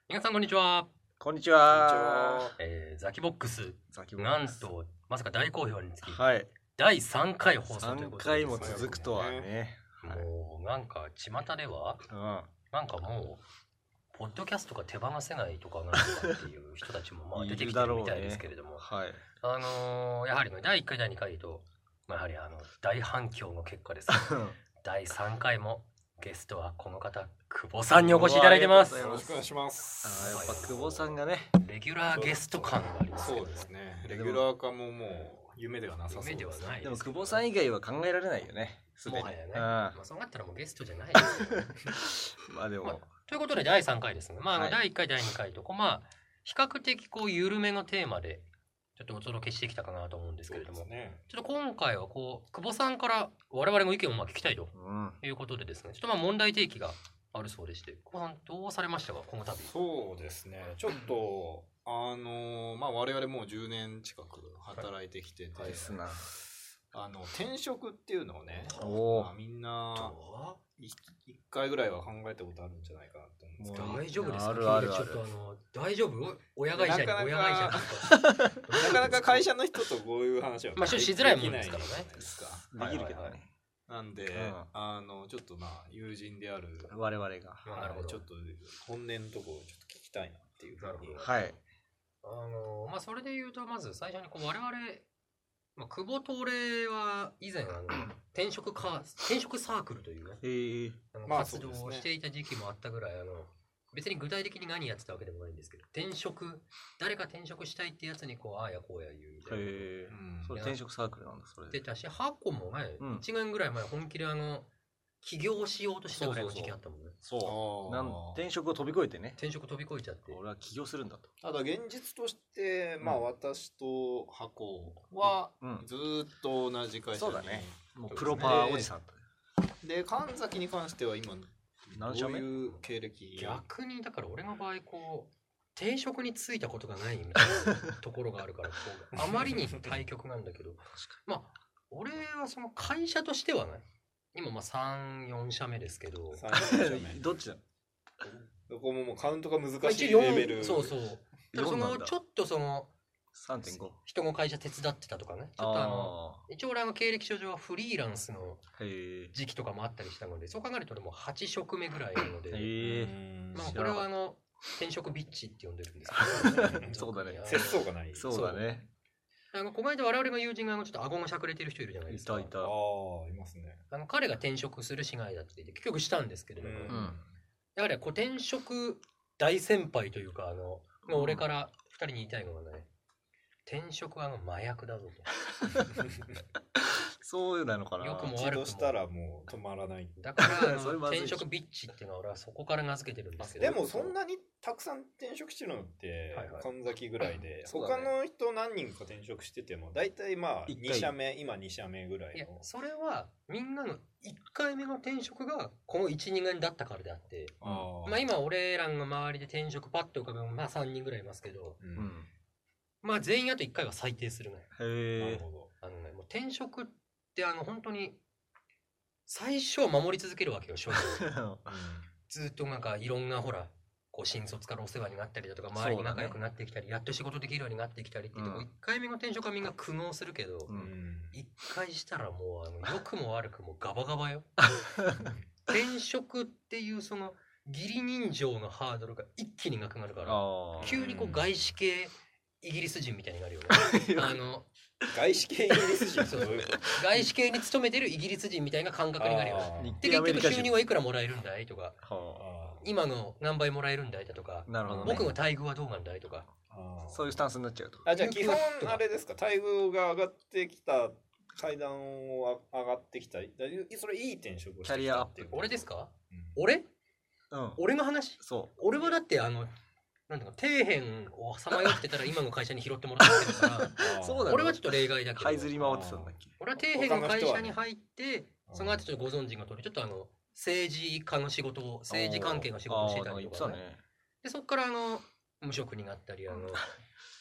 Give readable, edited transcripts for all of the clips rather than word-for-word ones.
皆さんこんにちは。 こんにちは。 ザキボックスなんとまさか大好評につき、 はい。 第3回放送という 3 ことで、 回も続くとはね。 もうなんか巷では、なんかもうポッドキャストが手放せないとかなんとかっていう人たちもまあ出てきてるみたいですけれども、 はい。 やはりね第1回第2回と、やはり大反響の結果ですね第3回もゲストはこの方久保さんにお越しいただいてます。 よろしくお願いします。 やっぱ久保さんがね、 レギュラーゲスト感がありますね。 そうですね。レギュラー化ももう夢ではなさそうです。 夢ではない。 でも久保さん以外は考えられないよね。 もはやね。まあそうなったらもうゲストじゃないですよ。 まあでも、 ということで第3回ですね。第1回第2回と比較的こう緩めのテーマでちょっとお届けしてきたかなと思うんですけれども、ちょっと今回はこう久保さんから我々も意見を聞きたいということでですね、ちょっと問題提起があるそうでして、久保さんどうされましたかこの度。 そうですね。ちょっと我々もう10年近く働いてきてて、転職っていうのをね、みんな1回ぐらいは考えたことあるんじゃないかなと思うんですけど。 大丈夫ですか？ あるちょっと大丈夫？親会社になかなか会社の人とこういう話はしづらいもんですからね。 できるけどね。 なんで、ちょっと友人である我々が、 ちょっと本音のところをちょっと聞きたいなっていうふうに。 はい。 それで言うとまず最初にこう我々、久保と俺は以前転職サークルというね、活動をしていた時期もあったぐらい別に具体的に何やってたわけでもないんですけど、誰か転職したいってやつにこうああやこうや言うみたいな。 それ転職サークルなんだそれ。 出たし、ハコもね、1年ぐらい前本気で起業しようとしたぐらいの時期あったもんね。 転職を飛び越えてね。 転職飛び越えちゃって。 俺は起業するんだと。 ただ現実として、私とハコはずっと同じ会社に。 そうだね。もうプロパーおじさん。 で、神崎に関しては今どういう経歴？ 逆にだから俺の場合こう転職に就いたことがないみたいなところがあるからあまりに対極なんだけど、俺はその会社としてはね、今3、4社目ですけど、 どっちだ？ どこももうカウントが難しいレベル。 そうそう。ちょっと 3.5 人の会社手伝ってたとかね、ちょっと一応俺経歴書上はフリーランスの時期とかもあったりしたので、そう考えると俺も8職目ぐらいなので、これは転職ビッチって呼んでるんですけどそうだね。 節操がない。 そうだね。 この間我々の友人がちょっと顎がしゃくれてる人いるじゃないですか。 いますね。 彼が転職するしないだって言って結局したんですけれども、やはり転職大先輩というか俺から2人に言いたいのがね、転職は麻薬だぞと。 そうなのかな。 よくも悪くもしたらもう止まらない。 だから転職ビッチっていうのは俺はそこから名付けてるんですけど。 でもそんなにたくさん転職してるのって神崎ぐらいで、他の人何人か転職してても大体2社目、今2社目ぐらいの。いや、 それはみんなの1回目の転職がこの 1,2 年だったからであって、今俺らの周りで転職パッと浮かべば3人ぐらいいますけど、全員あと1回は最低するね。 なるほど。 もう転職って本当に最初は守り続けるわけよ、正直。ずっといろんなこう新卒からお世話になったりだとか、周りに仲良くなってきたり、やっと仕事できるようになってきたりって言っても、1回目の転職はみんな苦悩するけど、1回したらもう良くも悪くもガバガバよ。転職っていうその義理人情のハードルが一気になくなるから、急にこう外資系イギリス人みたいになるよね。 外資系イギリス人外資系に勤めてるイギリス人みたいな感覚になるよね。で結局収入はいくらもらえるんだいとか、今の何倍もらえるんだいだとか、僕の待遇はどうなんだいとか、 そういうスタンスになっちゃうと。 じゃあ基本あれですか、待遇が上がってきた、階段を上がってきた、それいい転職をしてきたっていう。 俺ですか？俺の話？俺はだってなんだか底辺をさまよってたら今の会社に拾ってもらってるから俺はちょっと例外だけど、 這いずり回ってたんだっけ。 俺は底辺の会社に入ってその後ちょっとご存知の通りちょっと政治家の仕事を、政治関係の仕事をしてたりとか、でそっから無職になったり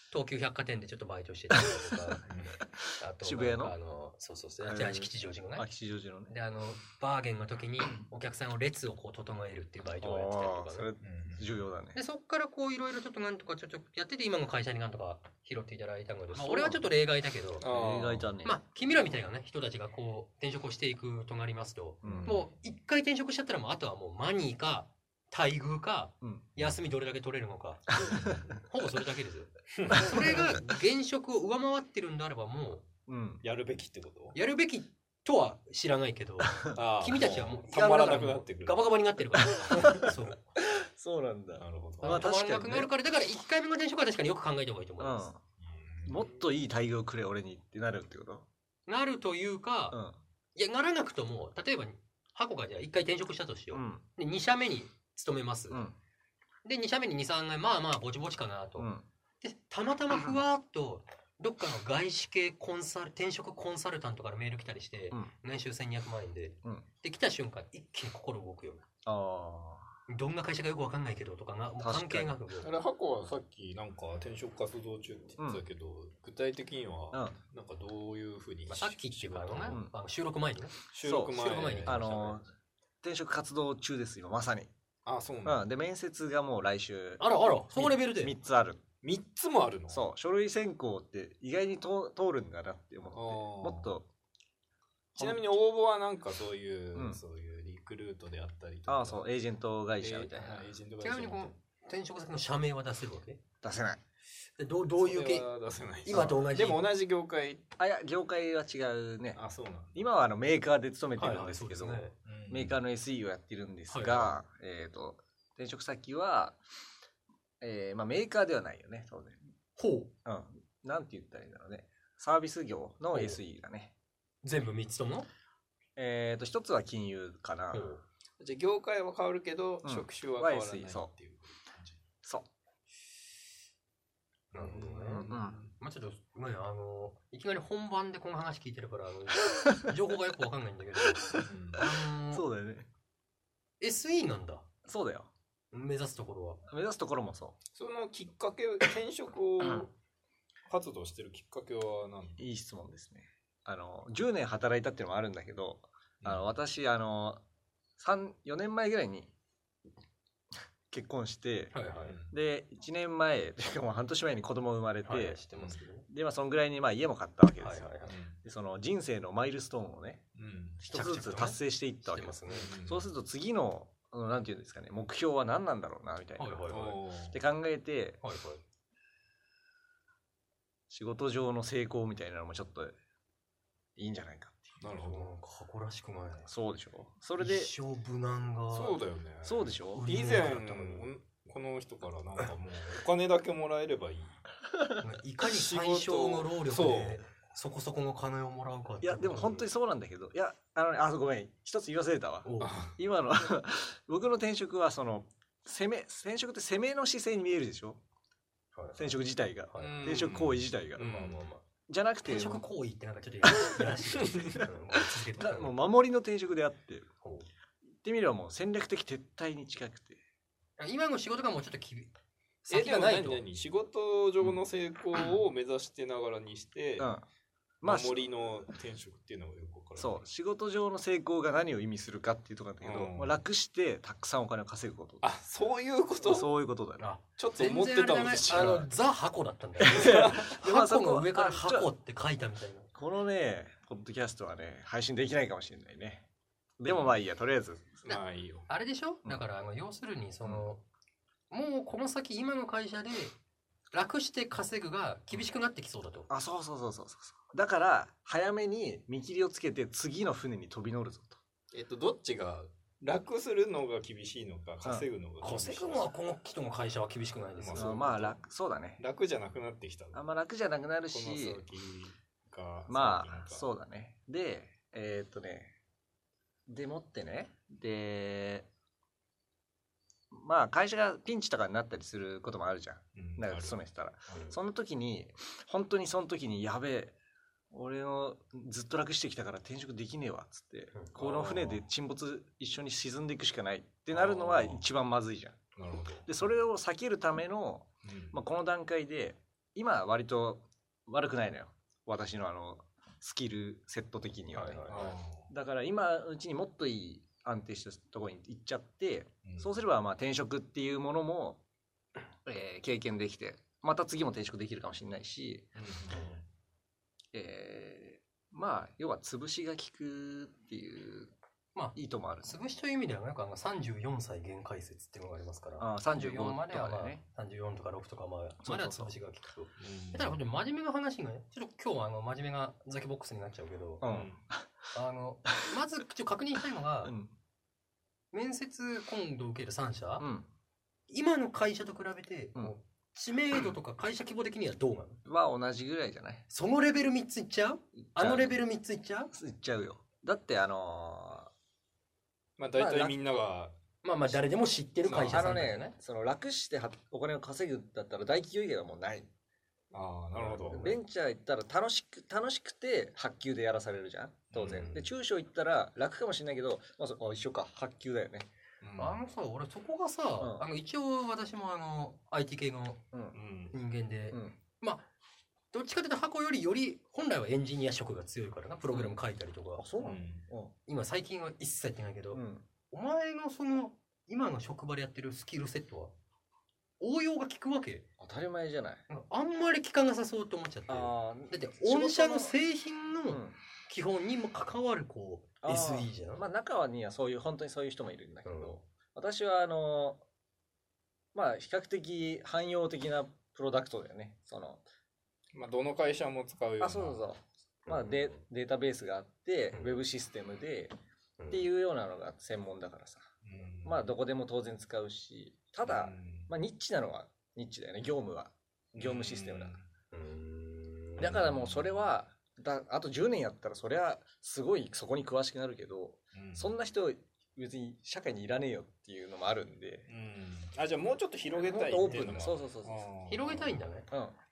東急百貨店でちょっとバイトしてたりとかあと渋谷のそうじゃあ吉祥寺のね吉祥寺のねでバーゲンの時にお客さんを列をこう整えるっていうバイトをやってたりとか、ね、 それ重要だね。 でそっからこういろいろちょっとなんとかちょっとやってて今の会社になんとか拾っていただいたので、まあ、俺はちょっと例外だけど例外だね。 まあ君らみたいなね人たちがこう転職をしていくとなりますと、もう一回転職しちゃったらもうあとはもうマニーか待遇か、休みどれだけ取れるのかほぼそれだけですよ。それが現職を上回ってるんであればもう、 やるべきってこと？ やるべきとは知らないけど君たちはもうたまらなくなってくる、 ガバガバになってるからそうなんだ。 なるほど。 まあ確かに、ね、たまらなくなるからだから1回目の転職は確かによく考えた方がいいと思います、 もっといい待遇をくれ俺にってなるってこと？ なるというか、いやならなくとも例えば箱がじゃあ1回転職したとしよう、で2社目に勤めます、で2社目に 2,3 回まあまあぼちぼちかなと、でたまたまふわっとどっかの外資系転職コンサルタントからメール来たりして、年収1200万円で、で来た瞬間一気に心動くような、どんな会社かよく分かんないけどとかがもう関係なくあれ箱はさっきなんか転職活動中って言ってたけど、具体的にはなんかどういうふうに、 さっきっていうか収録前にね収録前に転職活動中です今まさに。 そうなん、 で面接がもう来週あらそのレベルで 3つある。 3つもあるの？ そう書類選考って意外に通るんだなって思ってもっと。 ちなみに応募はなんかそういうリクルートであったりとかそうエージェント会社みたいな、 ちなみにこの転職先の社名は出せるわけ？ 出せない。 どういう系？今と同じ？ でも同じ業界？ いや業界は違うね。 そうなん。 今はメーカーで勤めてるんですけども、メーカーの SE をやってるんですが、転職先は、まあメーカーではないよね当然。なんて言ったらいいんだろうね。サービス業の SE がね。 全部3つとも？ 一つは金融かな。 じゃあ業界は変わるけど、職種は変わらないっていう感じ。 そう。 なるほどね。まあちょっといきなり本番でこの話聞いてるから情報がよくわかんないんだけど、 そうだよね。 SE なんだ。 そうだよ。 目指すところは。 目指すところもそう。 そのきっかけ、転職を活動してるきっかけは何？ いい質問ですね。10年働いたっていうのもあるんだけど、私4年前ぐらいに結婚して、で1年前というかもう半年前に子供生まれて、でまあそのぐらいにまあ家も買ったわけですよ。でその人生のマイルストーンをね、一つずつ達成していったわけですね。そうすると次のなんていうんですかね、目標は何なんだろうなみたいなって考えて、仕事上の成功みたいなのもちょっといいんじゃないかっていう。 なるほど。 過去らしくない。 そうでしょ。それで一生無難が。 そうだよね。 そうでしょ。 以前この人からなんかもうお金だけもらえればいい。 いかに最小の労力でそこそこの金をもらうか。 いやでも本当にそうなんだけど、いやごめん一つ言わせたわ。今の僕の転職は転職って攻めの姿勢に見えるでしょ。転職自体が、転職行為自体が。じゃなくて転職行為ってなんかちょっとやらしいもう守りの転職であって、言ってみればもう戦略的撤退に近くて、 今の仕事がもうちょっと先がないと。仕事上の成功を目指してながらにして、守りの転職っていうのがよく分からない。 そう仕事上の成功が何を意味するかっていうところなんだけど、楽してたくさんお金を稼ぐこと。 そういうこと。 そういうことだよ。 ちょっと思ってたんですよ。 ザ箱だったんだよ。箱の上から箱って書いたみたいな。 このねポッドキャストはね配信できないかもしれないね。でもまあいいや、とりあえずまあいいよ。 あれでしょ。だから要するにもうこの先今の会社で楽して稼ぐが厳しくなってきそうだと。 そうだから早めに見切りをつけて次の船に飛び乗るぞと。どっちが楽するのが厳しいのか稼ぐのが厳しいのか。 稼ぐのはこの人の会社は厳しくないですよ。 まあそうだね。 楽じゃなくなってきた。 楽じゃなくなるし、まあそうだね。ででもってね、でまあ会社がピンチとかになったりすることもあるじゃん。なんか勤めてたら、その時に本当にやべえ俺のずっと楽してきたから転職できねえわっつって、この船で沈没一緒に沈んでいくしかないってなるのは一番まずいじゃん。 なるほど。 でそれを避けるための、この段階で今割と悪くないのよ、私のスキルセット的にはね、だから今うちにもっといい安定したところに行っちゃって、そうすればまあ転職っていうものも、経験できてまた次も転職できるかもしれないし、まあ要は潰しが効くっていういいともある。 潰しという意味ではなんか34歳限界説っていうのがありますから、 34 までは34とか6とかまでは潰しが効くと。だから真面目な話がね、ちょっと今日真面目なザキボックスになっちゃうけど、まずちょっと確認したいのが、面接今度受ける3社、今の会社と比べて知名度とか会社規模的にはどうなの？ は同じぐらいじゃない？ そのレベル3ついっちゃう？レベル3ついっちゃう？ いっちゃうよ。だってまあ大体みんながまあ誰でも知ってる会社さんだよね。 楽してお金を稼ぐだったら大企業以外はもうない。 なるほど。 ベンチャー行ったら楽しくて発給でやらされるじゃん当然。で中小行ったら楽かもしれないけど、一緒か、発給だよね。 俺そこがさ、一応私もIT 系の人間で、まあどっちかというと箱より本来はエンジニア色が強いからな、プログラム書いたりとか。 そうなの？今最近は一切やってないけど、お前の今の職場でやってるスキルセットは応用が効くわけ？ 当たり前じゃない。 あんまり効かなさそうと思っちゃって。だって御社の製品の基本にも関わるSE じゃん。 まあ中には本当にそういう人もいるんだけど、私はまあ比較的汎用的なプロダクトだよね。 まあどの会社も使うような。 そう。まあデータベースがあって、ウェブシステムでっていうようなのが専門だからさ。まあどこでも当然使うし、ただまあニッチなのはニッチだよね。業務システムだから。だからもうそれはあと10年やったらそりゃすごいそこに詳しくなるけど、そんな人別に社会にいらねえよっていうのもあるんで。 じゃあもうちょっと広げたいっていうのも。 そう。 広げたいんだね。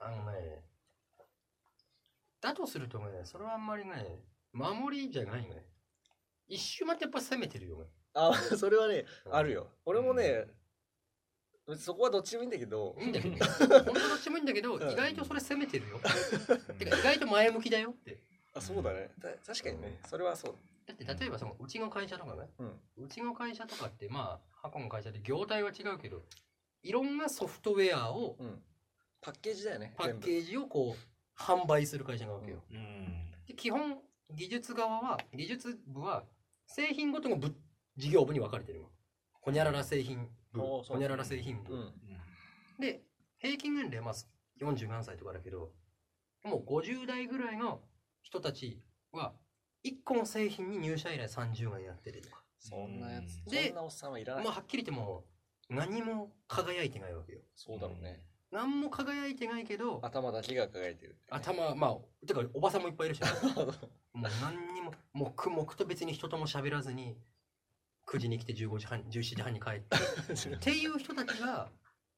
だとするとね、それはあんまりね、守りじゃないね。一周待ってやっぱ攻めてるよね。 それはね、あるよ。俺もね、そこはどっちでもいいんだけど。 本当どっちもいいんだけど、意外とそれ攻めてるよ。てか意外と前向きだよって。 そうだね。確かにね、それはそう。 だって例えばうちの会社とかね、うちの会社とかってまあ箱の会社で業態は違うけど、いろんなソフトウェアを、 パッケージだよね。 パッケージを販売する会社なわけよ。で基本技術部は製品ごとの事業部に分かれてるの。ほにゃらら製品部、ほにゃらら製品部。で平均年齢は40何歳とかだけど、もう50代ぐらいの人たちは1個の製品に入社以来30年やってるとか。 そんなやつ、そんなおっさんはいらない。 はっきり言っても何も輝いてないわけよ。 そうだろうね。 何も輝いてないけど頭だけが輝いてる。 てかおばさんもいっぱいいるし、もう何にも黙々と別に人とも喋らずに9時に来て15時半17時半に帰ってっていう人たちが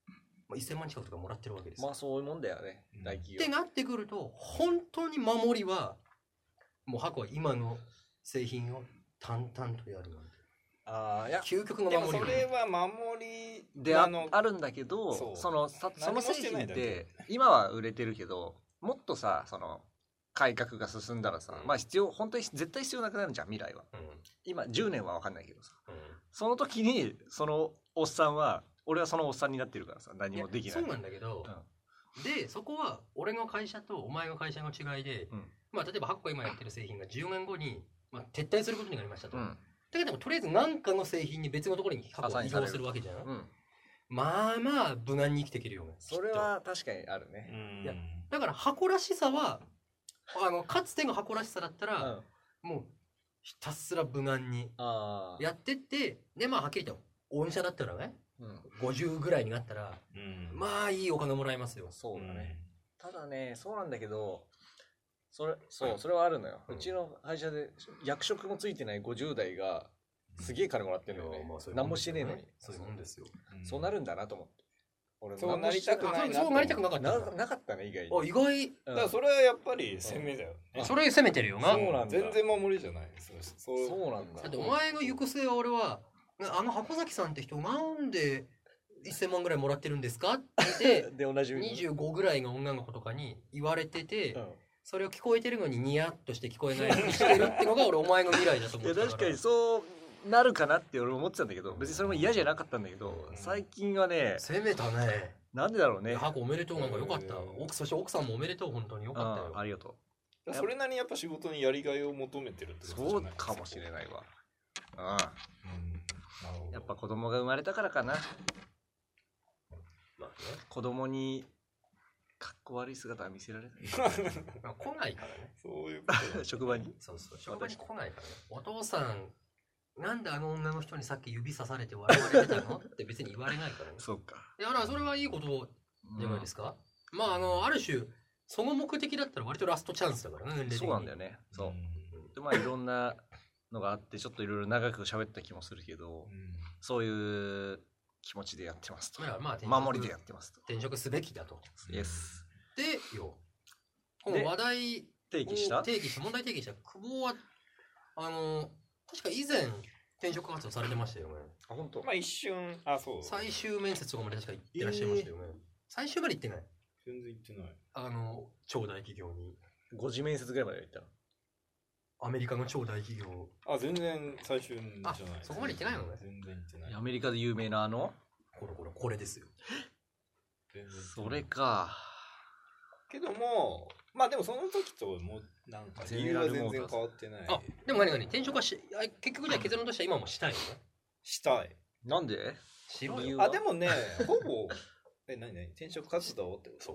1000万近くとかもらってるわけですよ。 そういうもんだよね、大企業。 ってなってくると本当に守りはもう箱は今の製品を淡々とやるなんて。いや究極の守り。 でもそれは守りであるんだけど、その製品って今は売れてるけど、もっとさ改革が進んだらさ、まあ本当に絶対必要なくなるじゃん未来は。今10年は分かんないけどさ、その時にそのおっさんは俺はそのおっさんになってるからさ、何もできない。 そうなんだけど、でそこは俺の会社とお前の会社の違いで、まあ例えば箱が今やってる製品が10年後に撤退することになりましたと。だけどとりあえず何かの製品に別のところに箱を移動するわけじゃん。まあ無難に生きていけるよね。 それは確かにあるね。 いやだから箱らしさはかつての箱らしさだったら、もうひたすら無難にやってって、ではっきり言って御社だったらね、50ぐらいになったら、まあいいお金もらえますよ。 そうだね。ただね、そうなんだけど、それはあるのよ。うちの会社で役職もついてない50代がすげえ金もらってるのよね。何もしてねえのに。 そういうもんですよ。 そうなるんだなと思って。俺そうなりたくないな。 そうなりたくなかった。 なかったね、意外に。 意外。 だからそれはやっぱり攻めだよね。 それ攻めてるよな。 そうなんだ。 全然守りじゃない。 そうなんだ。 だってお前の行く末は俺は、箱崎さんって人なんで 1000万ぐらいもらってるんですかって言ってで同じ 25ぐらいの女の子とかに言われてて、それを聞こえてるのにニヤッとして聞こえないようにしてるってのが俺お前の未来だと思ってたから。 確かにそうなるかなって俺思ってたんだけど、別にそれも嫌じゃなかったんだけど、最近はね攻めたね。 なんでだろうね。 ハコおめでとう。なんかよかった。そして奥さんもおめでとう。本当によかったよ。 ありがとう。それなりにやっぱ仕事にやりがいを求めてるってことじゃないですか。 そうかもしれないわ。やっぱ子供が生まれたからかな。まあね、子供にかっこ悪い姿は見せられない。 来ないからね。 そういうこと職場に。 そうそう。職場に来ないからね。お父さんなんであの女の人にさっき指さされて笑われてたのって別に言われないからね。 そうか。 いや、それはいいことじゃないですか。まあある種その目的だったら割とラストチャンスだからね。 そうなんだよね。そう。でまあいろんなのがあってちょっといろいろ長く喋った気もするけど、そういう気持ちでやってますと。まあ守りでやってますと。 転職すべきだと。 イエス。 でよ。この話題提起した問題提起した久保は確か以前転職活動されてましたよね。 あ、本当。 まあ一瞬そう。 最終面接とかまで確か行ってらっしゃいましたよね。最終まで行ってない。 全然行ってない。 超大企業に。 5次面接ぐらいまで行ったの。 アメリカの超大企業。 全然最終じゃない。 そこまで行ってないのね。 全然行ってない。 アメリカで有名なこれですよ。 それか。 けども、まあでもその時ともなんか理由は全然変わってない。 でも何転職は結局じゃあ結論としては今もしたいのね。 したい。 なんで？ しろよ。 でもね、ほぼ何転職活動ってこと？そう。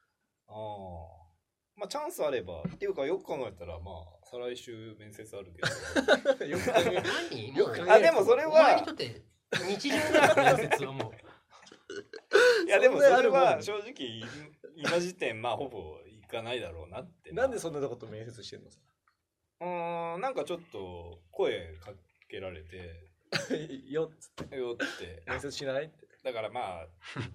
まあチャンスあればっていうかよく考えたらまあ再来週面接あるけど。何？でもそれはお前にとって日常の面接はもう。 いやでもそれは正直今時点まあほぼいかないだろうなって。 なんでそんなこと面接してんのさ。 なんかちょっと声かけられてよっつって面接しないって。 だからまあ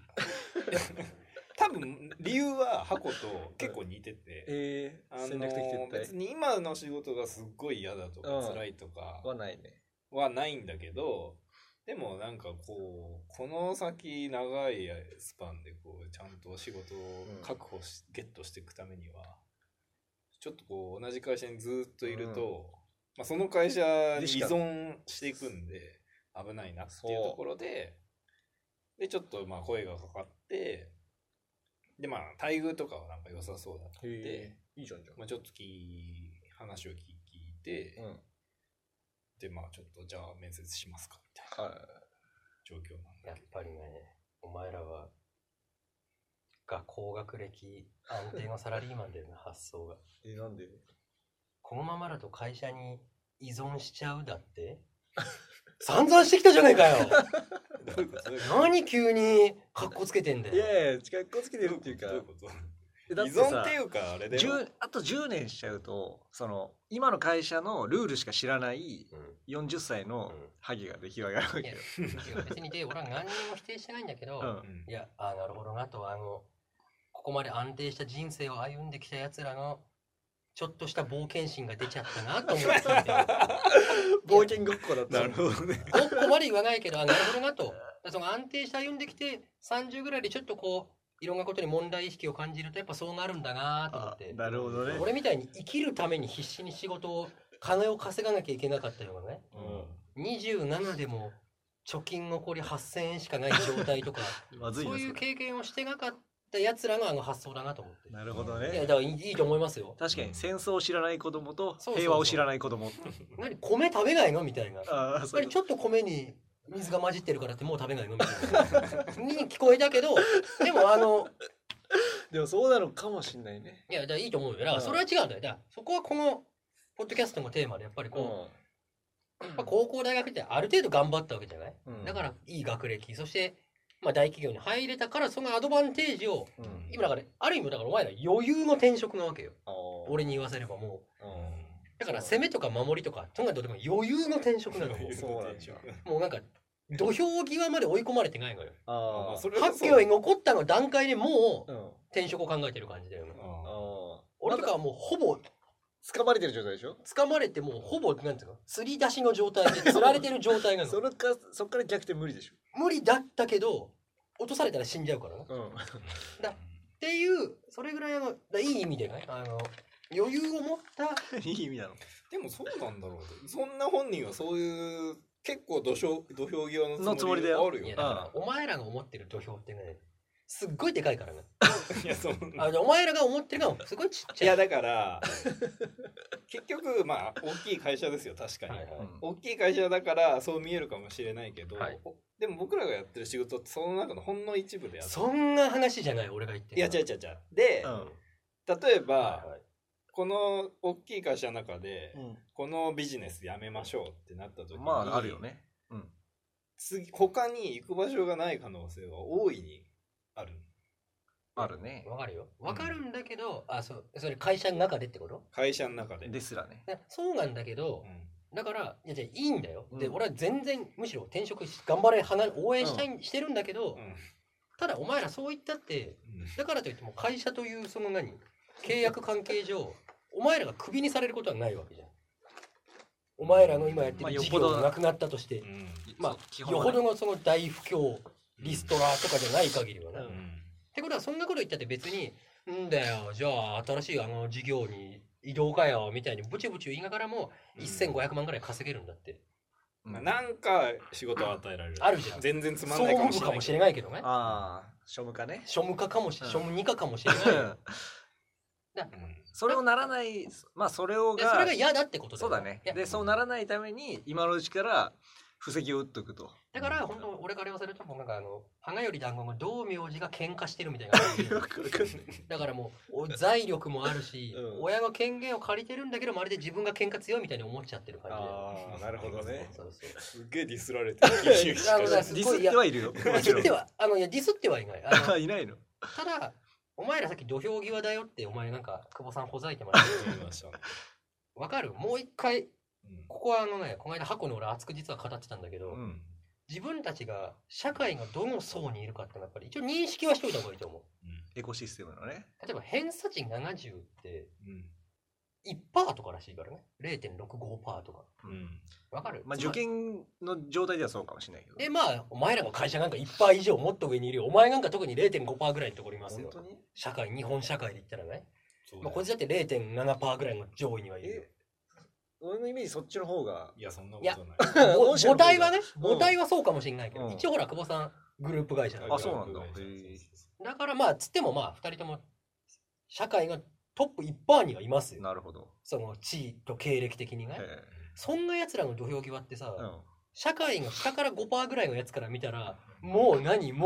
多分理由は箱と結構似てて、 戦略的撤退。 別に今の仕事がすっごい嫌だとか辛いとかはないね。 はないんだけど。でもなんかこの先長いスパンでちゃんと仕事を確保ゲットしていくためにはちょっと同じ会社にずっといると、まあ、その会社に依存していくんで危ないなっていうところでちょっとまあ声がかかってでまあ待遇とかはなんか良さそうだったんでいいじゃんまあ、ちょっと話を聞いて、でまあちょっとじゃあ面接しますかみたいな状況なんだけど、 やっぱりねお前らは高学歴安定のサラリーマンだよな発想が。 なんで？ このままだと会社に依存しちゃうだって散々してきたじゃねえかよ。何急にカッコつけてんだよ。 いやカッコつけてるっていうか。 どういうこと依存っていうかあれであと10年しちゃうと今の会社のルールしか知らない40歳のハゲが出来上がるわけよ。 別に俺は何にも否定してないんだけど、いやなるほどなとここまで安定した人生を歩んできたやつらのちょっとした冒険心が出ちゃったなと思って冒険ごっこだった。 なるほどね。 ごっこまで言わないけどなるほどなと。その安定して歩んできて30ぐらいでちょっといろんなことに問題意識を感じるとやっぱそうなるんだなと思って。 なるほどね。 俺みたいに生きるために必死に仕事を金を稼がなきゃいけなかったようなね、27でも貯金残り8000円しかない状態とかそういう経験をしてなかったやつらの発想だなと思って。 なるほどね。 いやだからいいと思いますよ。 確かに戦争を知らない子供と平和を知らない子供。 何米食べないのみたいな。やっぱりちょっと米に水が混じってるからってもう食べないのみたいなに聞こえたけど、でもでもそうなのかもしんないね。 いやだからいいと思うよ。だからそれは違うんだよ。だからそこはこのポッドキャストのテーマでやっぱり高校大学ってある程度頑張ったわけじゃない、だからいい学歴そしてまあ大企業に入れたからそのアドバンテージを、今だからある意味だからお前ら余裕の転職なわけよ。俺に言わせればもう、だから攻めとか守りとかとにかくでも余裕の転職なのよ。もうなんか土俵際まで追い込まれてないのよ。発表に残ったの段階でもう転職を考えてる感じだよね。俺とかはもうほぼ掴まれてる状態でしょ。 掴まれてもうほぼなんていうの釣り出しの状態で釣られてる状態なの。 そっから逆転無理でしょ。 無理だったけど落とされたら死んじゃうからね。っていうそれぐらいいい意味でね余裕を持ったいい意味なの。 でもそうなんだろう。そんな本人はそういう結構土俵際のつもりであるよ。 いやだからお前らが思ってる土俵ってねすっごいでかいからね。 いやお前らが思ってるのがすごいちっちゃい。 いやだから結局まあ大きい会社ですよ確かに、大きい会社だからそう見えるかもしれないけど、でも僕らがやってる仕事ってその中のほんの一部であって、 そんな話じゃない俺が言ってる。 いや違うで、例えば、この大きい会社の中で、このビジネスやめましょうってなった時に、 まああるよね。 他に行く場所がない可能性は大いにあるね。 わかるよ。わかるんだけど、それ会社の中でってこと？ 会社の中で。 ですらね。 そうなんだけど、だからいいんだよ。で、俺は全然むしろ転職頑張れ応援してるんだけど、ただお前らそう言ったって、だからといっても会社というその契約関係上、お前らがクビにされることはないわけじゃん。お前らの今やってる事業がなくなったとして、まあよほどのその大不況リストラとかじゃない限りはね。ってことはそんなこと言ったって別にんだよじゃあ新しい事業に移動かよみたいにブチブチ言いながらも1500万ぐらい稼げるんだって。 なんか仕事を与えられる。 あるじゃん。 全然つまんないかもしれないけどね。 庶務課ね。 庶務課かもしれない。庶務二課かもしれない。 それをならないそれが嫌だってことだよ。 そうだね。でそうならないために今のうちから布石を打っとくと。 だから本当俺から言わせると花より団子の道明寺が喧嘩してるみたいなだからもう財力もあるし、親の権限を借りてるんだけどまるで自分が喧嘩強いみたいに思っちゃってる感じで。 なるほどね。すっげえディスられてる。ディスってはいるよ。 ディスってはいない。 いないの。 ただお前らさっき土俵際だよってお前久保さんほざいてましたけどわかる？もう一回ここはこの間箱の俺熱く実は語ってたんだけど、自分たちが社会がどの層にいるかってやっぱり一応認識はしといた方がいいと思う。 エコシステムのね。 例えば偏差値70って 1% とからしいからね。0.65% とか。わかる？ 受験の状態ではそうかもしれないけど。 でお前らの会社なんか 1% 以上もっと上にいるよ。お前なんか特に 0.5% ぐらいのところいますよ。 本当に？ 日本社会で言ったらね。こいつだって 0.7% ぐらいの上位にはいるよ。 俺のイメージそっちの方が。 いやそんなことない。 母体はね、母体はそうかもしれないけど、一応ほら久保さんグループ会社だから。 そうなんだ。 だからつっても2人とも社会がトップ 1% にはいますよ。 なるほど。 その地位と経歴的にね。そんな奴らの土俵際ってさ、社会が下から 5% ぐらいのやつから見たらもう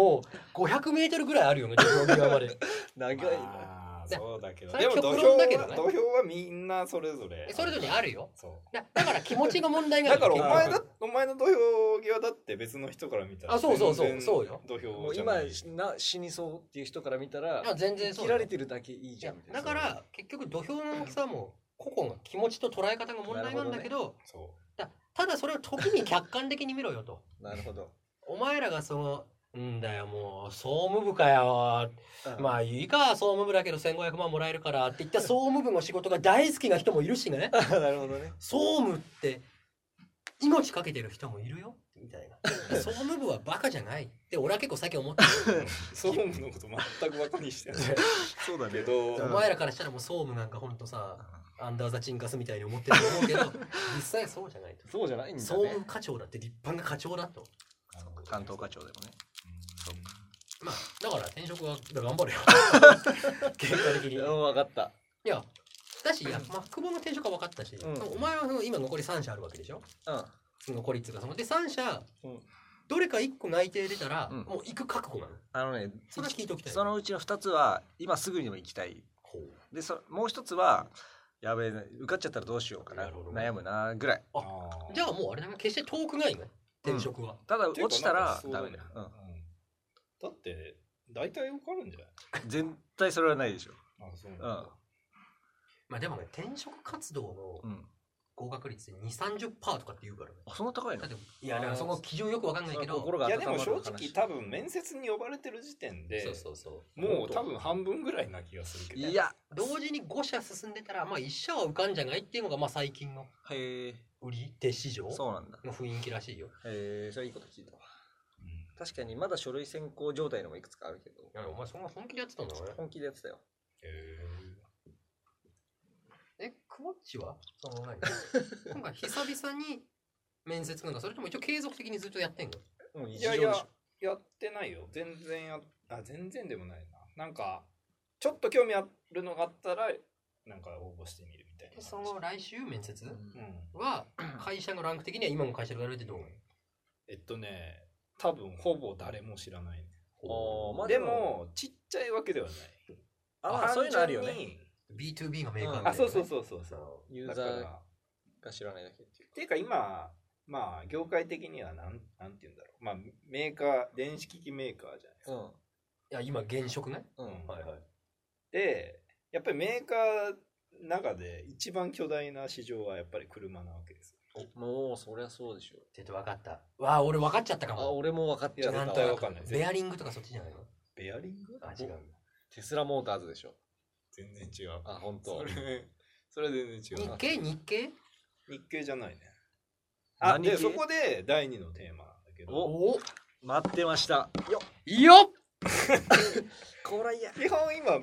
500メートルぐらいあるよね土俵際まで。 長いな。 そうだけど、でも土俵はみんなそれぞれあるよ。だから気持ちの問題がある。 だからお前の土俵際だって別の人から見たらそうよ。 土俵もう今死にそうっていう人から見たら全然そう。 切られてるだけいいじゃんみたいな。 だから結局土俵の大きさも個々の気持ちと捉え方が問題なんだけど、ただそれを時に客観的に見ろよと。 なるほど。 お前らがんだよもう総務部かよ、いいか総務部だけど1500万もらえるからって言った総務部の仕事が大好きな人もいるしね。 なるほどね。 総務って命かけてる人もいるよみたいな。総務部はバカじゃないって俺は結構最近思ってる。 総務のこと全くバカにしてないそうだけど、 お前らからしたらもう総務なんかほんとさアンダーザチンカスみたいに思ってると思うけど実際そうじゃないと。 そうじゃないんだね。 総務課長だって立派な課長だと。 担当課長でもね。 だから転職は頑張れよ。結果的に。 分かった。 いやだし久保の転職は分かったし、お前は今残り3社あるわけでしょ。残りっつうかで3社どれか1個内定出たらもう行く覚悟なの。それは聞いておきたい。 そのうちの2つは今すぐにでも行きたい。でもう一つはやべえ受かっちゃったらどうしようかな悩むなぐらい。 じゃあもうあれだね、決して遠くないね転職は。 ただ落ちたらダメだよ。 だって大体受かるんじゃない？ 絶対それはないでしょ。 でもね転職活動の合格率 2,30% とかって言うからね。 そんな高いの？ いやその基準よくわかんないけど、 いやでも正直多分面接に呼ばれてる時点でもう多分半分ぐらいな気がするけど。 いや同時に5社進んでたら1社は受かんじゃないっていうのが最近の売り手市場の雰囲気らしいよ。 それいいこと聞いたわ。 確かにまだ書類選考状態のもいくつかあるけど。 いやお前そんな本気でやってたんだね。 本気でやってたよ。 クモッチはその何今回久々に面接なんか、それとも一応継続的にずっとやってんの？ いやいや、やってないよ。全然でもないな。なんか、ちょっと興味あるのがあったら、なんか応募してみるみたいな。 その来週面接は、会社のランク的には今も会社でやられてどう？ 多分ほぼ誰も知らないね。 まあ、 でも、ちっちゃいわけではない。 そういうのあるよね。 B2B がメーカーみたいな、そう。 ユーザーが知らないだけっていうか今、まあ業界的にはなんて言うんだろう、まあメーカー、電子機器メーカーじゃないですか。 いや今現職ね。 でやっぱりメーカー中で一番巨大な市場はやっぱり車なわけです。 もうそりゃそうでしょ。 ちょっと分かった。わあ俺分かっちゃったかも。 俺も分かっちゃった。 絶対分かんない。 ベアリングとかそっちじゃないの？ ベアリング？ 違う。 テスラモーターズでしょ。 全然違う。 本当。 それ全然違う。 日系じゃないね。でそこで第2のテーマなんだけど。 待ってました。 よっこらいや。 基本今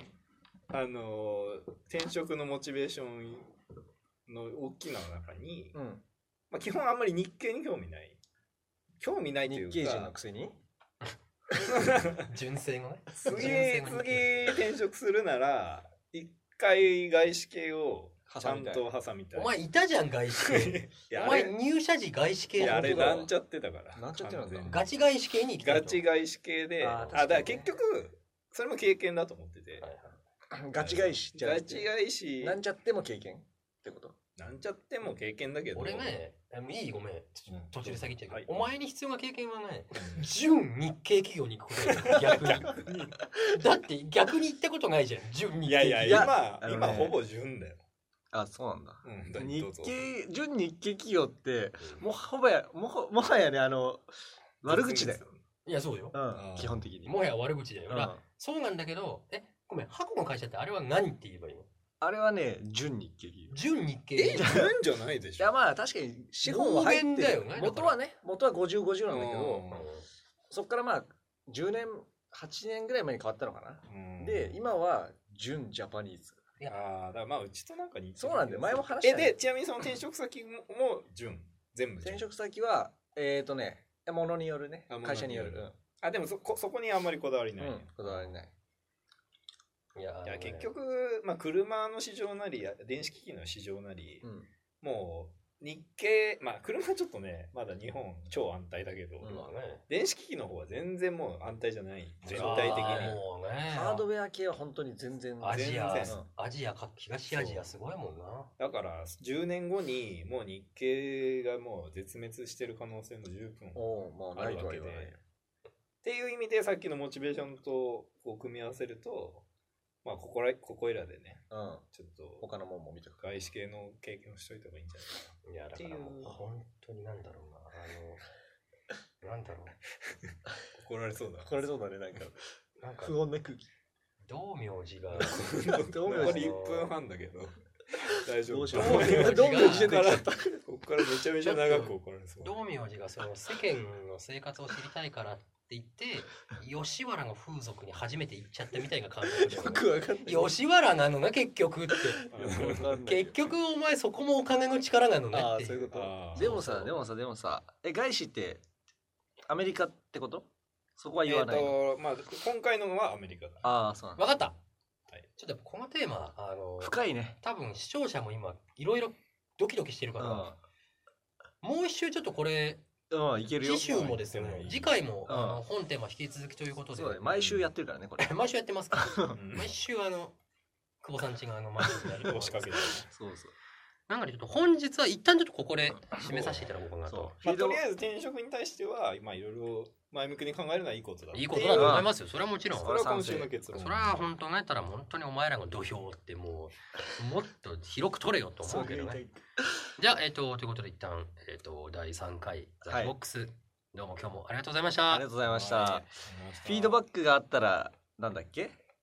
転職のモチベーションの大きな中に、まあ基本あんまり日系に興味ないというか。 日系人のくせに。 純正のね。 次転職するなら一回外資系をちゃんと挟みたい。 お前いたじゃん外資系。お前入社時外資系。 あれなんちゃってたから。 なんちゃってなんだ。 ガチ外資系に行きたい。 ガチ外資系で、だから結局それも経験だと思ってて。 ガチ外資じゃなくて。 ガチ外資。 なんちゃっても経験ってこと。 なんちゃっても経験だけど。 俺ね、ごめん。途中で先言っちゃうけど、お前に必要な経験はね、純日系企業に行くことだよ、逆に。だって逆に行ったことないじゃん、純日系。 いや、今ほぼ純だよ。 そうなんだ。純日系企業って、もはやね、悪口だよ。 いや、そうよ。 基本的に。 もはや悪口だよ。そうなんだけど、ごめん、ハコの会社ってあれは何って言えばいいの？ あれはね、純日系企業。 純日系。 純じゃないでしょ。 いや、まあ確かに資本は入ってる。元は50、50なんだけど、そっからまあ10年、8年ぐらい前に変わったのかな。で、今は純ジャパニーズ。 だからまあうちとなんか似てる。 そうなんだよ。前も話した。 で、ちなみにその転職先も純。全部。 転職先は、ものによるね。会社による。 でもそこにあんまりこだわりない。 こだわりない。 いや結局、まあ、車の市場なり電子機器の市場なり、もう日系、まあ車はちょっとねまだ日本超安泰だけど、電子機器の方は全然もう安泰じゃない全体的に。 ハードウェア系は本当に全然アジア東アジアすごいもんな。 だから10年後にもう日系がもう絶滅してる可能性も十分あるわけで、っていう意味でさっきのモチベーションとこう組み合わせると、まあここいらでね、ちょっと他のもんも見て外資系の経験をしといた方がいいんじゃないかな。 いやだからもう本当になんだろうな、なんだろう。 怒られそうだ。 怒られそうだね、なんか不穏な空気。 道明寺が残り1分半だけど大丈夫。 道明寺からここからめちゃめちゃ長く怒られそう。 道明寺がその世間の生活を知りたいからって言って吉原の風俗に初めて行っちゃったみたいな感じ。 よくわかんない。 吉原なのな結局って結局お前そこもお金の力なのねって。 そういうこと。でもさ外資ってアメリカってこと？そこは言わない。 まあ今回のはアメリカだ。 そうなんだ。 分かった。ちょっとこのテーマ深いね。 多分視聴者も今いろいろドキドキしてるから、もう一周ちょっとこれいけるよ。 次週もですね、次回も本テーマ引き続きということで。 そうだね。毎週やってるからねこれ。 毎週やってますから。毎週久保さんちが毎週やる押しかけて。 そう。 なんかちょっと本日は一旦ちょっとここで締めさせていただこうかなと。 とりあえず転職に対しては今いろいろ前向きに考えるのはいいことだ。 いいことだと思いますよ。それはもちろん。 それは今週の結論。 それは本当ね、たら本当にお前らの土俵ってもっと広く取れよと思うけどね。じゃあということで一旦第3回ザボックス、どうも今日もありがとうございました。 ありがとうございました。フィードバックがあったらなんだっけ？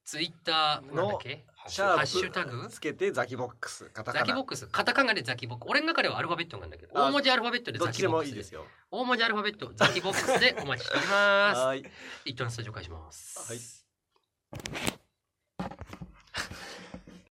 ツイッターなんだっけハッシュタグつけてザキボックスカタカナザキボックスカタカナでザキボックス俺の中ではアルファベットなんだけど大文字アルファベットでザキボックスどっちでもいいですよ大文字アルファベットザキボックスでお待ちしております。一旦スタジオ返します。 はい。